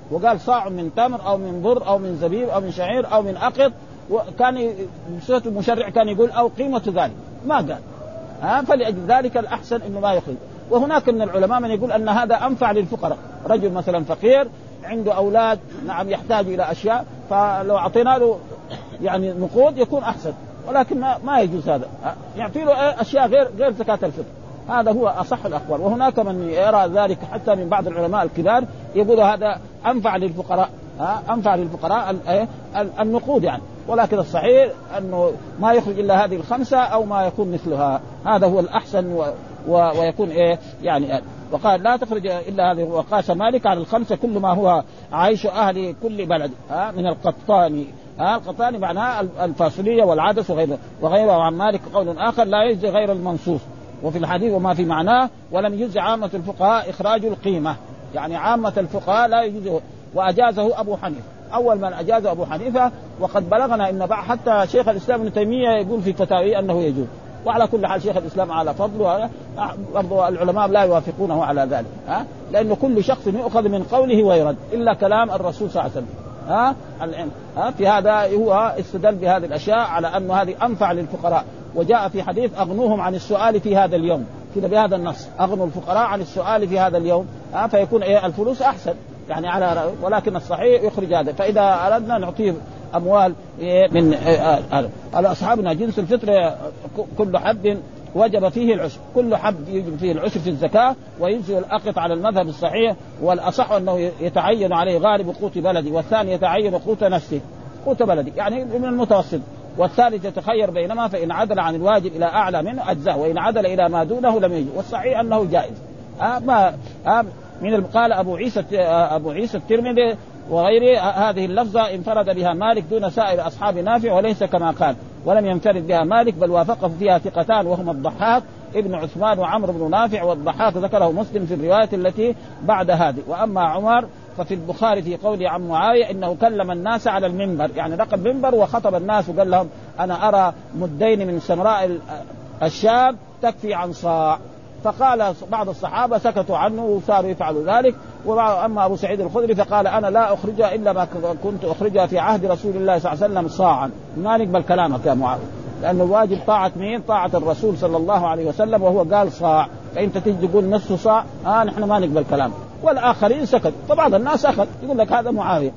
وقال صاع من تمر أو من بر أو من زبيب أو من شعير أو من أقط، وكان بصوت المشرع كان يقول أو قيمة ذلك، ما قال فلأجل ذلك الأحسن إنه ما يخرج. وهناك من العلماء من يقول أن هذا أنفع للفقراء، رجل مثلا فقير عنده أولاد نعم يحتاج إلى أشياء، فلو أعطينا له يعني نقود يكون أحسن، ولكن ما يجوز هذا، يعطي له أشياء غير زكاة الفطر. هذا هو أصح الأقوال. وهناك من يرى ذلك حتى من بعض العلماء الكبار يقول هذا أنفع للفقراء، أنفع للفقراء النقود يعني، ولكن الصحيح أنه ما يخرج إلا هذه الخمسة أو ما يكون مثلها، هذا هو الأحسن ويكون يعني. وقال لا تخرج إلا هذه. وقاس مالك على الخمسة كل ما هو عيش أهل كل بلد من القطان. القطان معناها الفاصلية والعدس وغيره. وعن مالك قول آخر لا يجزي غير المنصوص. وفي الحديث وما في معناه ولم يجزي عامة الفقهاء إخراج القيمة، يعني عامة الفقهاء لا يجزي. وأجازه أبو حنيفة، أول من أجازه أبو حنيفة. وقد بلغنا إن حتى شيخ الإسلام ابن تيمية يقول في فتاويه أنه يجوز. وعلى كل حال شيخ الإسلام على فضله، برضو العلماء لا يوافقونه على ذلك، لأنه كل شخص يؤخذ من قوله ويرد إلا كلام الرسول صلى الله عليه وسلم. في هذا هو استدل بهذه الأشياء على أن هذه أنفع للفقراء. وجاء في حديث أغنوهم عن السؤال في هذا اليوم، كده بهذا النص أغنوا الفقراء عن السؤال في هذا اليوم، فيكون الفلوس أحسن يعني على. ولكن الصحيح يخرج هذا. فإذا أردنا نعطيه أموال من على أصحابنا جنس الفطر كل حب وجب فيه العشر، كل حب يجب فيه العشر في الزكاة، ويجزي الأقط على المذهب الصحيح. والأصح أنه يتعين عليه غالب قوت بلدي، والثاني يتعين قوت نفسه قوت بلدي يعني من المتوسط، والثالث يتخير بينما، فإن عدل عن الواجب إلى أعلى منه أجزاه، وإن عدل إلى ما دونه لم يجز. والصحيح أنه جائز. من قال أبو عيسى الترمذي وغيره هذه اللفظة انفرد بها مالك دون سائر أصحاب نافع، وليس كما قال. ولم ينفرد بها مالك بل وافقه فيها ثقتان وهما الضحاك ابن عثمان وعمرو بن نافع. والضحاك ذكره مسلم في الرواية التي بعد هذه. وأما عمر ففي البخاري في قوله عن معاوية إنه كلم الناس على المنبر، يعني رقب منبر وخطب الناس وقال لهم أنا أرى مدين من سمراء الشام تكفي عن صاع. فقال بعض الصحابة سكتوا عنه وصاروا يفعلوا ذلك. وأما أبو سعيد الخدري فقال أنا لا أخرجها إلا ما كنت أخرجها في عهد رسول الله صلى الله عليه وسلم صاعا. ما نقبل كلامك يا معاوية، لأنه واجب طاعة مين؟ طاعة الرسول صلى الله عليه وسلم، وهو قال صاع. فأنت تيجي تقول نصف صاع نحن ما نقبل كلامك. والآخرين سكت، فبعض الناس أخذ يقول لك هذا معاوية.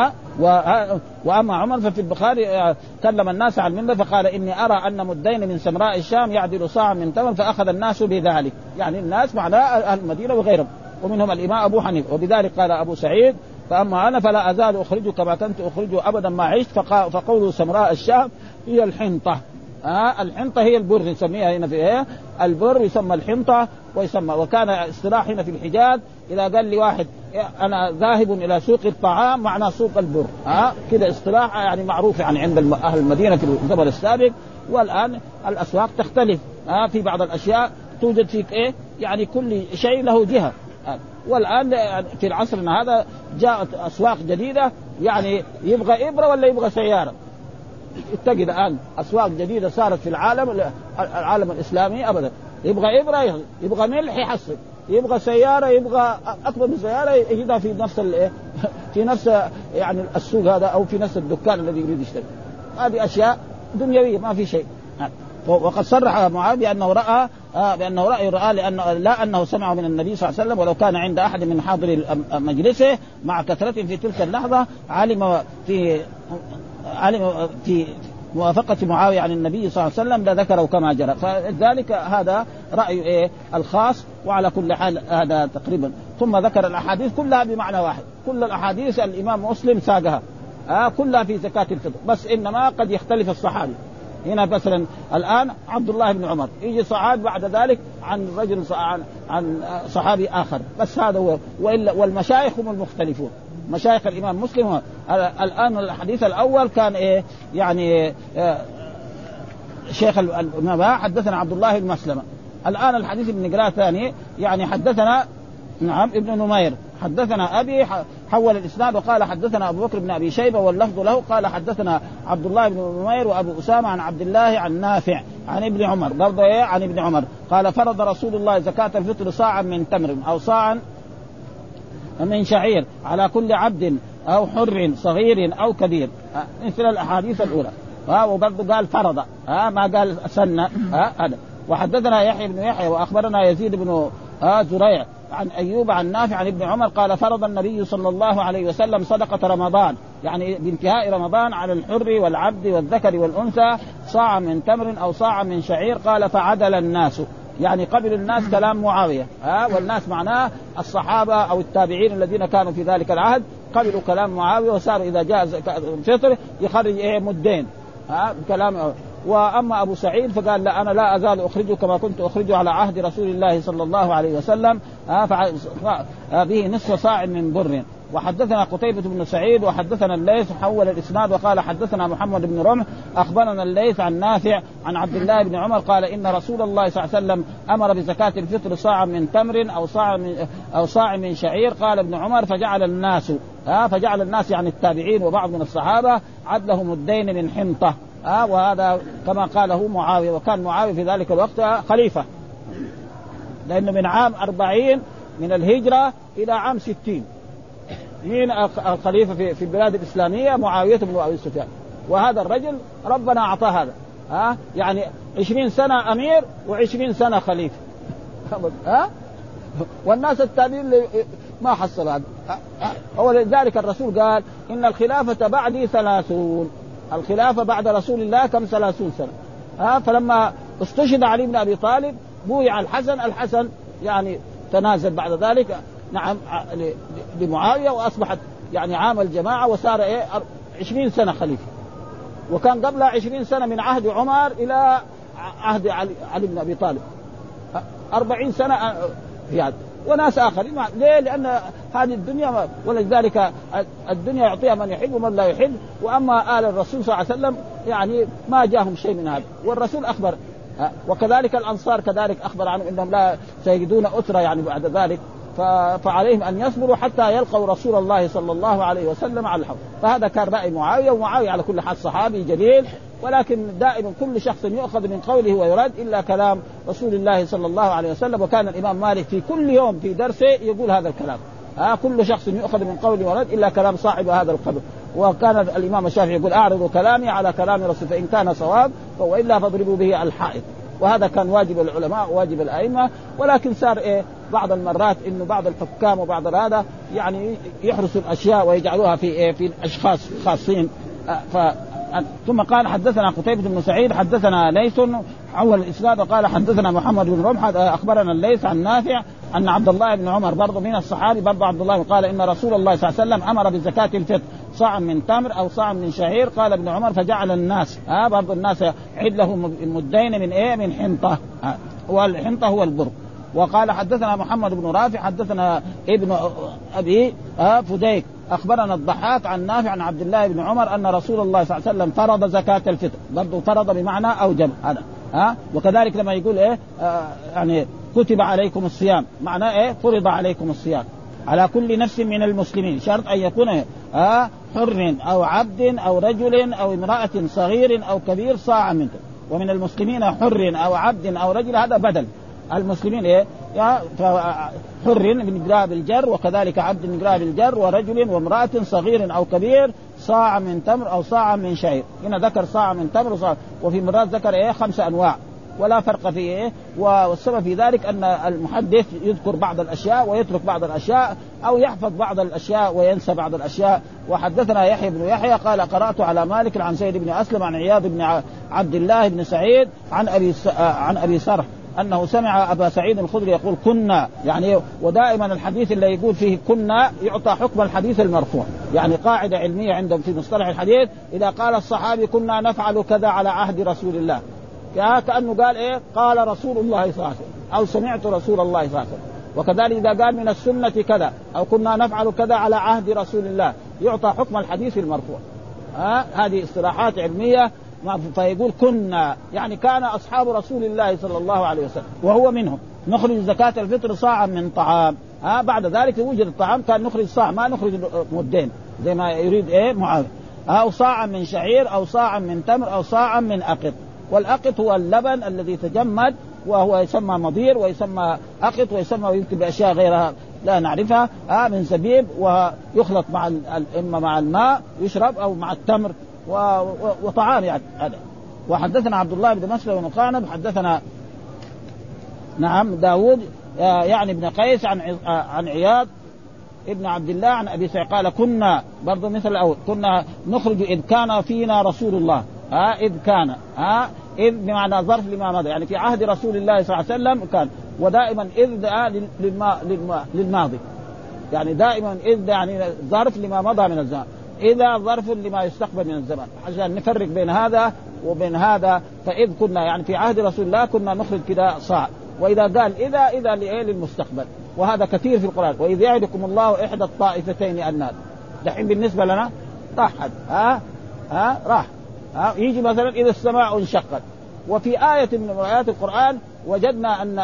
وأما عمر ففي البخاري كلم الناس على المنبر فقال إني أرى أن مدين من سمراء الشام يعدل صاع من تمر، فأخذ الناس بذلك، يعني الناس معناه أهل المدينة وغيرهم، ومنهم الإمام أبو حنيفة. وبذلك قال أبو سعيد فأما أنا فلا أزال أخرجه كما كنت أخرجه أبدا ما عشت. فقوله سمراء الشام هي الحنطة. الحنطة هي البر نسميها هنا في البر يسمى الحنطة ويسمى. وكان اصطلاح هنا في الحجاز إذا قال لي واحد أنا ذاهب إلى سوق الطعام معناه سوق البر، كده اصطلاح يعني معروف يعني عند أهل المدينة في الزمن السابق. والآن الأسواق تختلف، في بعض الأشياء توجد فيك يعني كل شيء له جهة. والآن في العصر هذا جاءت أسواق جديدة، يعني يبغى إبرة ولا يبغى سيارة. اتجد الآن أسواق جديدة صارت في العالم الإسلامي أبدا، يبغى إبرة يبغى ملح يحصل، يبغى سيارة يبغى أكبر من سيارة يجدها في نفس يعني السوق هذا أو في نفس الدكان الذي يريد يشتري. هذه أشياء دنيوية ما في شيء. وقد صرح معاذ بأنه رأى لا أنه سمع من النبي صلى الله عليه وسلم، ولو كان عند أحد من حاضر مجلسه مع كثرة في تلك اللحظة علم في موافقة معاوية عن النبي صلى الله عليه وسلم لذكره كما جرى. فذلك هذا رأي الخاص. وعلى كل حال هذا تقريبا. ثم ذكر الأحاديث كلها بمعنى واحد، كل الأحاديث الإمام مسلم ساقها كلها في زكاة الفطر، بس إنما قد يختلف الصحابي. هنا مثلا الآن عبد الله بن عمر يجي صحابي بعد ذلك عن رجل عن صحابي آخر، بس هذا هو. والمشايخ هم المختلفون، مشايخ الإمام مسلم. الآن الحديث الأول كان يعني شيخ الإمام حدثنا عبد الله بن مسلمة. الآن الحديث اللي نقرأه ثاني يعني حدثنا ابن نمير حدثنا أبي حول الإسناد وقال حدثنا أبو بكر بن أبي شيبة واللفظ له قال حدثنا عبد الله بن نمير وأبو أسامة عن عبد الله عن نافع عن ابن عمر برضه عن ابن عمر قال فرض رسول الله زكاة الفطر صاعا من تمر أو صاعا من شعير على كل عبد أو حر صغير أو كبير، مثل الأحاديث الأولى. وبرضه قال فرض، ما قال سنة. هذا. وحدثنا يحيى بن يحيى وأخبرنا يزيد بن زريع عن أيوب عن نافع عن ابن عمر قال فرض النبي صلى الله عليه وسلم صدقة رمضان، يعني بانتهاء رمضان، على الحر والعبد والذكر والأنثى صاع من تمر أو صاع من شعير. قال فعدل الناس، يعني قبل الناس كلام معاوية، والناس معناه الصحابة أو التابعين الذين كانوا في ذلك العهد قبلوا كلام معاوية، وصاروا إذا جاء الفطر يخرج مدين كلام. وأما أبو سعيد فقال لا، أنا لا أزال أخرجه كما كنت أخرجه على عهد رسول الله صلى الله عليه وسلم، به نصف صاع من بر. وحدثنا قتيبة بن سعيد وحدثنا الليث حول الإسناد وقال حدثنا محمد بن رمح أخبرنا الليث عن نافع عن عبد الله بن عمر قال إن رسول الله صلى الله عليه وسلم أمر بزكاة الفطر صاع من تمر أو صاع من شعير. قال ابن عمر فجعل الناس يعني التابعين وبعض من الصحابة عدلهم الدين من حنطة. وهذا كما قاله معاوية، وكان معاوية في ذلك الوقت خليفة، لأنه من عام 40 من الهجرة إلى عام 60 مين الخليفة في البلاد الإسلامية؟ معاوية بن أبي سفيان. وهذا الرجل ربنا أعطاه هذا، يعني 20 سنة أمير و20 سنة خليفة، والناس التابعين ما حصل هذا. ولذلك الرسول قال إن الخلافة بعدي 30، الخلافة بعد رسول الله كم 30 سنة. فلما استشهد علي بن أبي طالب بويع الحسن يعني تنازل بعد ذلك نعم لمعاوية، وأصبحت يعني عام الجماعة، وصار 20 سنة خليفة. وكان قبلها 20 سنة من عهد عمر إلى عهد علي بن أبي طالب 40 سنة يعني. وناس آخرين ليه؟ لأن هذه الدنيا، ولذلك الدنيا يعطيها من يحب ومن لا يحب. وأما آل الرسول صلى الله عليه وسلم يعني ما جاءهم شيء من هذا، والرسول أخبر. وكذلك الأنصار كذلك أخبر عنهم إنهم لا سيجدون أسرة يعني بعد ذلك، فعليهم أن يصبروا حتى يلقوا رسول الله صلى الله عليه وسلم على الحوض. فهذا كان رأي معاوية، ومعاوية على كل حال صحابي جليل، ولكن دائما كل شخص يؤخذ من قوله ويرد إلا كلام رسول الله صلى الله عليه وسلم. وكان الإمام مالك في كل يوم في درسه يقول هذا الكلام، كل شخص يؤخذ من قوله ويرد إلا كلام صاحب هذا القبر. وكان الإمام الشافعي يقول أعرضوا كلامي على كلام رسول، فإن كان صواب وإلا فاضربوا به الحائط. وهذا كان واجب العلماء وواجب الأئمة. ولكن صار بعض المرات إنه بعض الحكام وبعض هذا يعني يحرسوا الأشياء ويجعلوها في أشخاص خاصين. ثم قال حدثنا قتيبة بن سعيد حدثنا ليث حول الإسناد وقال حدثنا محمد بن رمح أخبرنا الليث عن نافع أن عبد الله بن عمر برضه من الصحابي برضه عبد الله قال إن رسول الله صلى الله عليه وسلم أمر بزكاة الفطر صاع من تمر أو صاع من شعير. قال ابن عمر فجعل الناس برضه الناس عدله المدين من حنطة، والحنطة هو البر. وقال حدثنا محمد بن رافع حدثنا ابن أبي فديك أخبرنا الضحاك عن نافع عن عبد الله بن عمر أن رسول الله صلى الله عليه وسلم فرض زكاة الفطر، برضو فرض بمعنى أوجب هذا. وكذلك لما يقول يعني كتب عليكم الصيام، معناه فرض عليكم الصيام على كل نفس من المسلمين، شرط أن يكون حر أو عبد أو رجل أو امرأة صغير أو كبير صاع منه. ومن المسلمين حر أو عبد أو رجل، هذا بدل المسلمين حر نقرأ بالجر، وكذلك عبد نقرأ بالجر، ورجل وامرأة صغير أو كبير صاع من تمر أو صاع من شعير. هنا ذكر صاع من تمر وصاع، وفي مرات ذكر 5 أنواع ولا فرق فيه. والسبب في ذلك أن المحدث يذكر بعض الأشياء ويترك بعض الأشياء، أو يحفظ بعض الأشياء وينسى بعض الأشياء. وحدثنا يحيى بن يحيى قال قرأت على مالك عن زيد بن أسلم عن عياض بن عبد الله بن سعيد عن أبي سرح أنه سمع أبا سعيد الخدري يقول كنا، يعني ودائما الحديث اللي يقول فيه كنا يعطى حكم الحديث المرفوع، يعني قاعدة علمية عندهم في مصطلح الحديث، إذا قال الصحابي كنا نفعل كذا على عهد رسول الله، كأنه قال قال رسول الله صلى الله عليه وسلم أو سمعت رسول الله صلى الله عليه وسلم. وكذلك إذا قال من السنة كذا أو كنا نفعل كذا على عهد رسول الله يعطى حكم الحديث المرفوع. هذه اصطلاحات علمية. فيقول كنا يعني كان أصحاب رسول الله صلى الله عليه وسلم وهو منهم نخرج زكاة الفطر صاعا من طعام. بعد ذلك وجد الطعام كان نخرج صاع، ما نخرج مدين زي ما يريد معاوية، أو صاعا من شعير أو صاعا من تمر أو صاعا من أقط. والأقط هو اللبن الذي تجمد، وهو يسمى مضير ويسمى أقط ويسمى يمكن بأشياء غيرها لا نعرفها من زبيب ويخلط إما مع الماء يشرب أو مع التمر وطعام يعني هذا. وحدثنا عبد الله بن مسلم بن قعنب حدثنا داود يعني ابن قيس عن عياض ابن عبد الله عن أبي سعيد قال كنا برضو مثل الأول كنا نخرج إذ كان فينا رسول الله إذ كان إذ بمعنى ظرف لما مضى يعني في عهد رسول الله صلى الله عليه وسلم كان ودائما إذ للماضي يعني دائما إذ يعني ظرف لما مضى من الزمان إذا ظرف لما يستقبل من الزمان عشان نفرق بين هذا وبين هذا. فإذ كنا يعني في عهد رسول الله كنا نخرج كده صاع وإذا قال إذا للمستقبل وهذا كثير في القرآن وإذ يعدكم الله إحدى الطائفتين النار دحين بالنسبة لنا راح راح يجي مثلا إذا السماء انشقت وفي آية من آيات القرآن وجدنا أن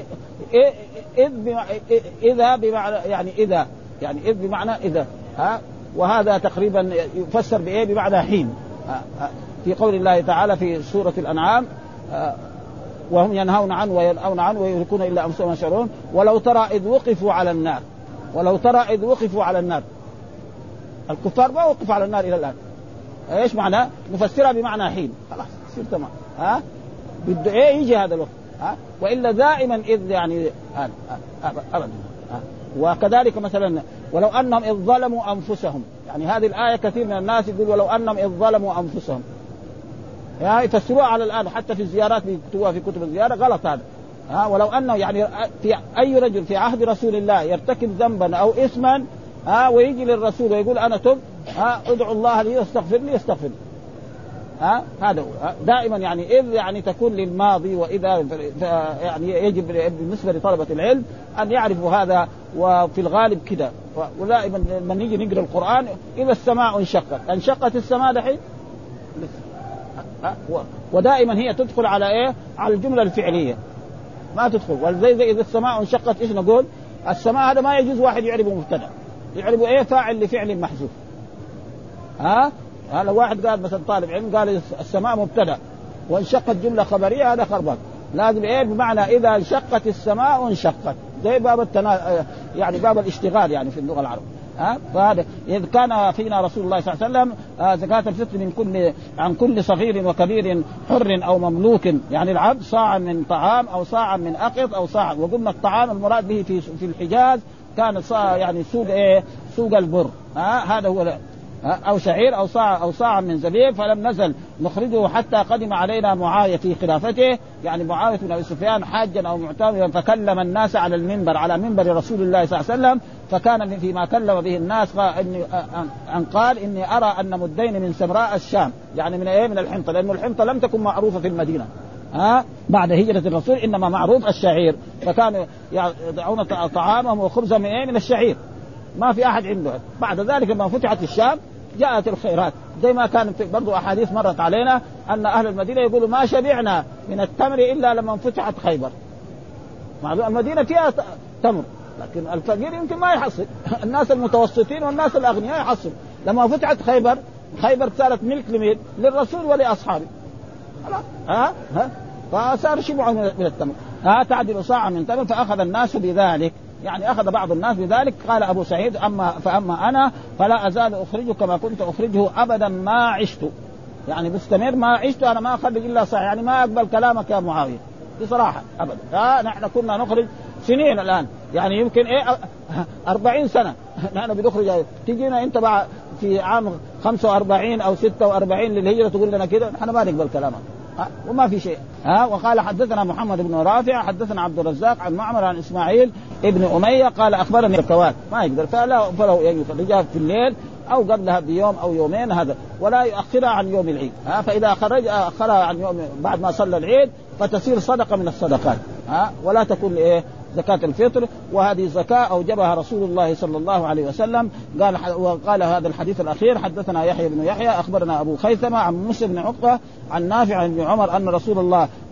إذا بمعنى يعني إذ بمعنى إذا وهذا تقريبا يفسر بإيه بمعنى حين في قول الله تعالى في سورة الأنعام وهم ينهون عنه وينأون عنه ويهلكون إلا أنفسهم يشعرون ولو ترى إذ وقفوا على النار ولو ترى إذ وقفوا على النار الكفار ما وقفوا على النار إلى الآن إيش معنى نفسرها بمعنى حين خلاص يصير تمام بده إيه يجي هذا الوقت وإلا دائما إذ يعني أبدا وكذلك مثلا ولو أنهم إذ ظلموا أنفسهم يعني هذه الآية كثير من الناس يقول ولو أنهم إذ ظلموا أنفسهم يفسروها على الآن حتى في الزيارات بيكتبوها في كتب الزيارة غلط هذا ولو أنه يعني في أي رجل في عهد رسول الله يرتكب ذنبا أو إثما ويجي للرسول ويقول أنا تب ادعو الله لي يستغفر لي يستغفر هذا دائما يعني إذ يعني تكون للماضي وإذا يعني يجب بالنسبة لطلبة العلم أن يعرفوا هذا وفي الغالب كده ودائما لما نيجي نقرأ القرآن إذا السماء انشقت السماء دحين ودائما هي تدخل على إيه على الجملة الفعلية ما تدخل وزي إذا السماء انشقت إيش نقول السماء هذا ما يجوز واحد يعربه مبتدأ يعربه إيه فاعل لفعل محذوف لو واحد قال مثلا طالب علم قال السماء مبتدأ وانشقت جملة خبرية هذا خربان لازم إيه بمعنى إذا انشقت السماء انشقت زي باب يعني باب الاشتغال يعني في اللغة العربية فهذا إذ كان فينا رسول الله صلى الله عليه وسلم زكاة الفطر عن كل صغير وكبير حر أو مملوك يعني العبد صاع من طعام أو صاع من أقط أو صاع وقلنا الطعام المراد به في الحجاز كان يعني سوق البر هذا هو أو شعير أو صاع من زبيب فلم نزل نخرجه حتى قدم علينا معاوية في خلافته يعني معاوية بن أبي سفيان حاجا أو معتمرا فكلم الناس على المنبر على منبر رسول الله صلى الله عليه وسلم فكان فيما كلم به الناس قال إني أرى أن مدين من سمراء الشام يعني من الحنطة لأن الحنطة لم تكن معروفة في المدينة بعد هجرة الرسول إنما معروف الشعير فكانوا يضعون طعامهم وخبزهم من الشعير ما في أحد عنده. بعد ذلك لما فتحت الشام جاءت الخيرات زي ما كانت برضو أحاديث مرت علينا أن أهل المدينة يقولوا ما شبعنا من التمر إلا لما فتحت خيبر. المدينة فيها تمر لكن الفقير يمكن ما يحصل الناس المتوسطين والناس الأغنياء يحصل. لما فتحت خيبر صارت ملك لمين للرسول ولأصحابه فصار شبع من التمر تعدل صاع من تمر فأخذ الناس بذلك يعني أخذ بعض الناس بذلك. قال أبو سعيد فأما أنا فلا أزال أخرجه كما كنت أخرجه أبدا ما عشت يعني مستمر ما عشت أنا ما أخرج إلا صحيح يعني ما أقبل كلامك يا معاوية بصراحة أبدا. نحن كنا نخرج سنين الآن يعني يمكن 40 سنة نحن بنخرج تجينا أنت بقى في عام 45 أو 46 للهجرة تقول لنا كده نحن ما نقبل كلامك وما في شيء. وقال حدثنا محمد بن رافع حدثنا عبد الرزاق عن معمر عن إسماعيل ابن أمية قال أخبرني الكوات ما يقدر فلو يخرجها في الليل أو قبلها بيوم أو يومين هذا ولا يؤخرها عن يوم العيد فإذا أخرها عن يوم بعد ما صلى العيد فتصير صدقة من الصدقات ولا تكون زكاة الفطر. وهذه زكاة أوجبها رسول الله صلى الله عليه وسلم. وقال هذا الحديث الأخير حدثنا يحيى بن يحيى أخبرنا أبو خيثمة عن موسى بن عقبة عن نافع بن عمر أن رسول الله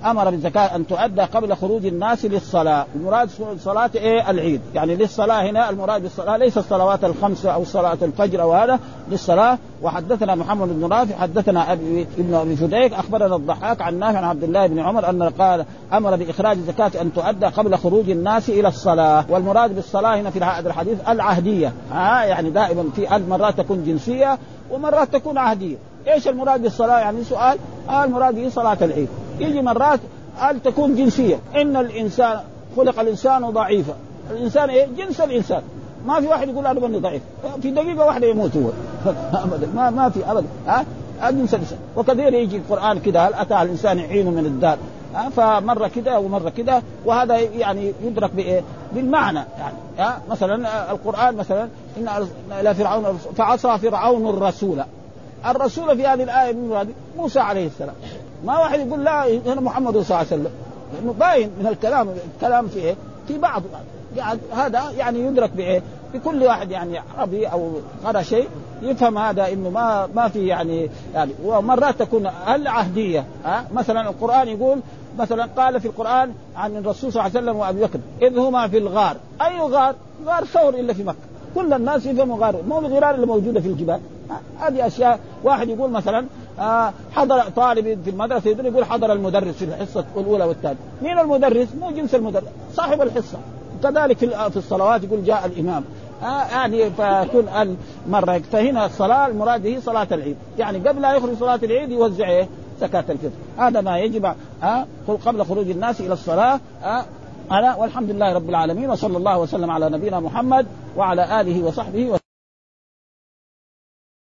أمر بالزكاة أن تؤدى قبل خروج الناس للصلاة. المراد صلاة العيد، يعني للصلاة هنا المراد بالصلاة ليس الصلوات الخمس أو صلاة الفجر أو هذا، للصلاة. وحدثنا محمد بن رافع حدثنا ابن أبي فديك أخبرنا الضحاك عن نافع عن عبد الله بن عمر أن قال أمر بإخراج الزكاة أن تؤدى قبل خروج الناس إلى الصلاة. والمراد بالصلاة هنا في هذا الحديث العهدية، يعني دائما في مرات تكون جنسية ومرات تكون عهدية. إيش المراد بالصلاة؟ يعني سؤال المراد به صلاة العيد. يجي مرات تكون جنسية، إن الإنسان خلق الإنسان ضعيفا، الإنسان جنس الإنسان، ما في واحد يقول أنا بني ضعيف في دقيقة واحدة يموت هو أبدا، ما في أبدا جنس الإنسان. وكثير يجي القرآن كده هل أتى الإنسان حين من الدار، فمرة كده ومرة كده، وهذا يعني يدرك بالمعنى. يعني مثلا القرآن مثلا إن إلى فرعون فعصى فرعون الرسول في هذه الآية من هذه موسى عليه السلام. ما واحد يقول لا هنا محمد صلى الله عليه وسلم، لأنه باين من الكلام في في بعض يعني هذا يعني يدرك بكل واحد يعني عربي أو قرأ شيء يفهم هذا إنه ما في يعني ومرات تكون العهدية. مثلا القرآن يقول مثلا قال في القرآن عن الرسول صلى الله عليه وسلم وأبي بكر إذ هما في الغار. أي غار؟ غار ثور إلا في مكة، كل الناس يفهموا غار، مو الغرار اللي موجودة في الجبال. هذه أشياء. واحد يقول مثلا حضر طالب في المدرسة يقول حضر المدرس في الحصة الأولى والثانية. مين المدرس؟ مو جنس المدرس، صاحب الحصة. كذلك في الصلوات يقول جاء الإمام، يعني فكل مرة. فهنا الصلاة المراد به صلاة العيد، يعني قبل لا يخرج صلاة العيد يوزع زكاة الفطر. هذا ما يجب قبل خروج الناس إلى الصلاة. والحمد لله رب العالمين، وصلى الله وسلم على نبينا محمد وعلى آله وصحبه